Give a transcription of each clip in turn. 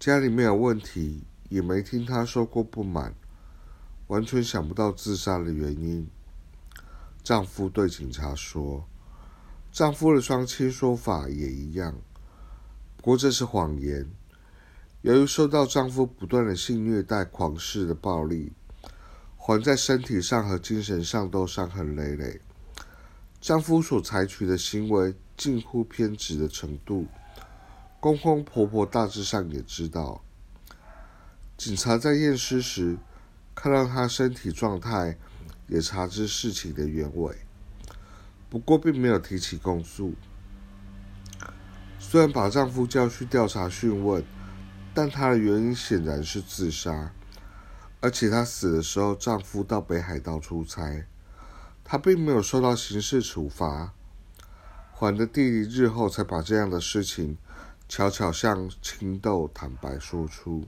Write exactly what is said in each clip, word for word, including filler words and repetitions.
家里没有问题，也没听他说过不满，完全想不到自杀的原因。丈夫对警察说，丈夫的双亲说法也一样，不过这是谎言。由于受到丈夫不断的性虐待、狂肆的暴力，还在身体上和精神上都伤痕累累。丈夫所采取的行为近乎偏执的程度，公公婆婆大致上也知道。警察在验尸时看到她身体状态，也查知事情的原委，不过并没有提起公诉。虽然把丈夫叫去调查讯问，但她的原因显然是自杀，而且她死的时候，丈夫到北海道出差，她并没有受到刑事处罚。还的弟弟日后才把这样的事情悄悄向青豆坦白说出。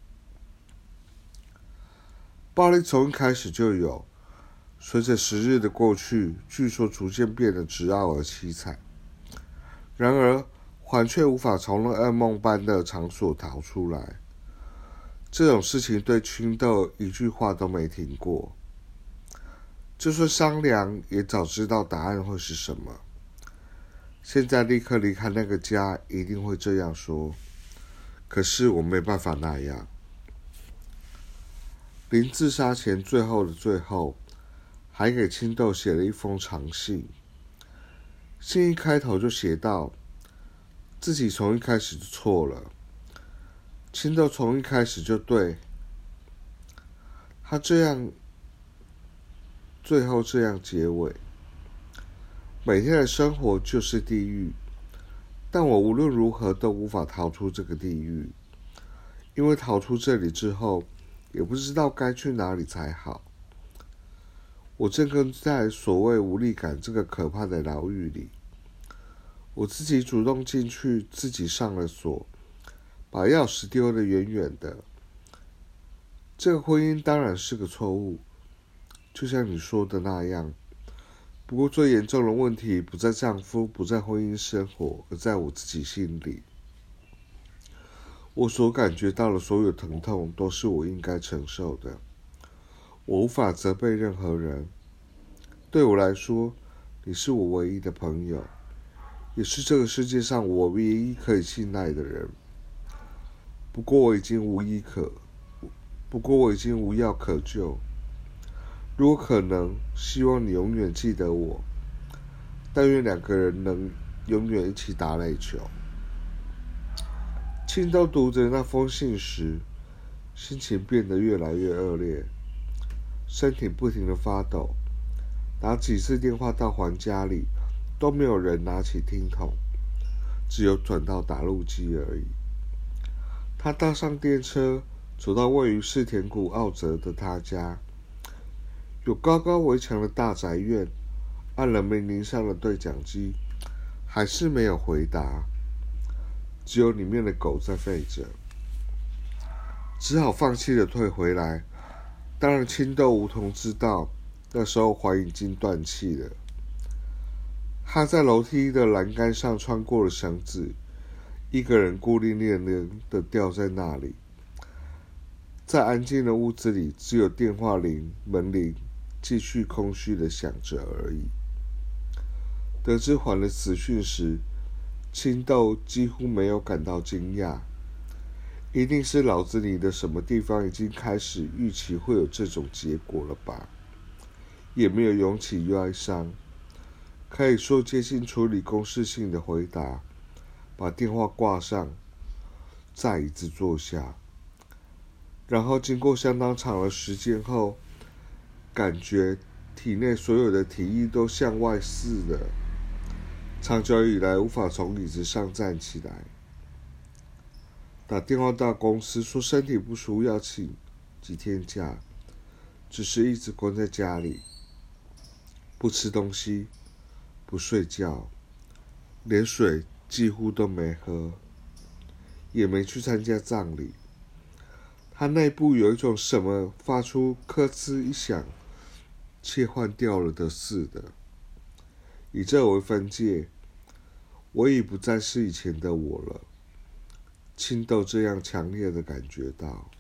暴力从一开始就有，随着时日的过去，据说逐渐变得直傲而凄惨。然而，还却无法从那噩梦般的场所逃出来。这种事情对青豆一句话都没听过，就算商量，也早知道答案会是什么。现在立刻离开那个家，一定会这样说。可是我没办法那样。临自杀前最后的最后，还给青豆写了一封长信。信一开头就写道，自己从一开始就错了，青豆从一开始就对，他这样，最后这样结尾。每天的生活就是地狱，但我无论如何都无法逃出这个地狱，因为逃出这里之后，也不知道该去哪里才好。我正跟在所谓无力感这个可怕的牢狱里，我自己主动进去，自己上了锁，把钥匙丢得远远的。这个婚姻当然是个错误，就像你说的那样。不过最严重的问题不在丈夫，不在婚姻生活，而在我自己心里。我所感觉到的所有疼痛都是我应该承受的，我无法责备任何人。对我来说，你是我唯一的朋友，也是这个世界上我唯一可以信赖的人。不过我已经无依可，不过我已经无药可救。如果可能，希望你永远记得我。但愿两个人能永远一起打垒球。青豆读着那封信时，心情变得越来越恶劣，身体不停地发抖。打几次电话到还家里，都没有人拿起听筒，只有转到打录机而已。他搭上电车，走到位于世田谷奥泽的他家，有高高围墙的大宅院，按了门铃上的对讲机，还是没有回答，只有里面的狗在吠着，只好放弃了退回来。当然青豆无从知道，那时候怀已经断气了。他在楼梯的栏杆上穿过了绳子，一个人孤零零的吊在那里。在安静的屋子里，只有电话铃、门铃继续空虚的响着而已。得知还了死讯时，青豆几乎没有感到惊讶，一定是脑子里的什么地方已经开始预期会有这种结果了吧，也没有涌起哀伤，可以说接近处理公事性的回答，把电话挂上，再一次坐下，然后经过相当长的时间后，感觉体内所有的体液都向外泄了，长久以来无法从椅子上站起来。打电话到公司说身体不舒服要请几天假，只是一直关在家里，不吃东西，不睡觉，连水几乎都没喝，也没去参加葬礼。他内部有一种什么发出咯吱一响，切换掉了的似的。以这为分界，我已不再是以前的我了。 心都这样强烈的感觉到。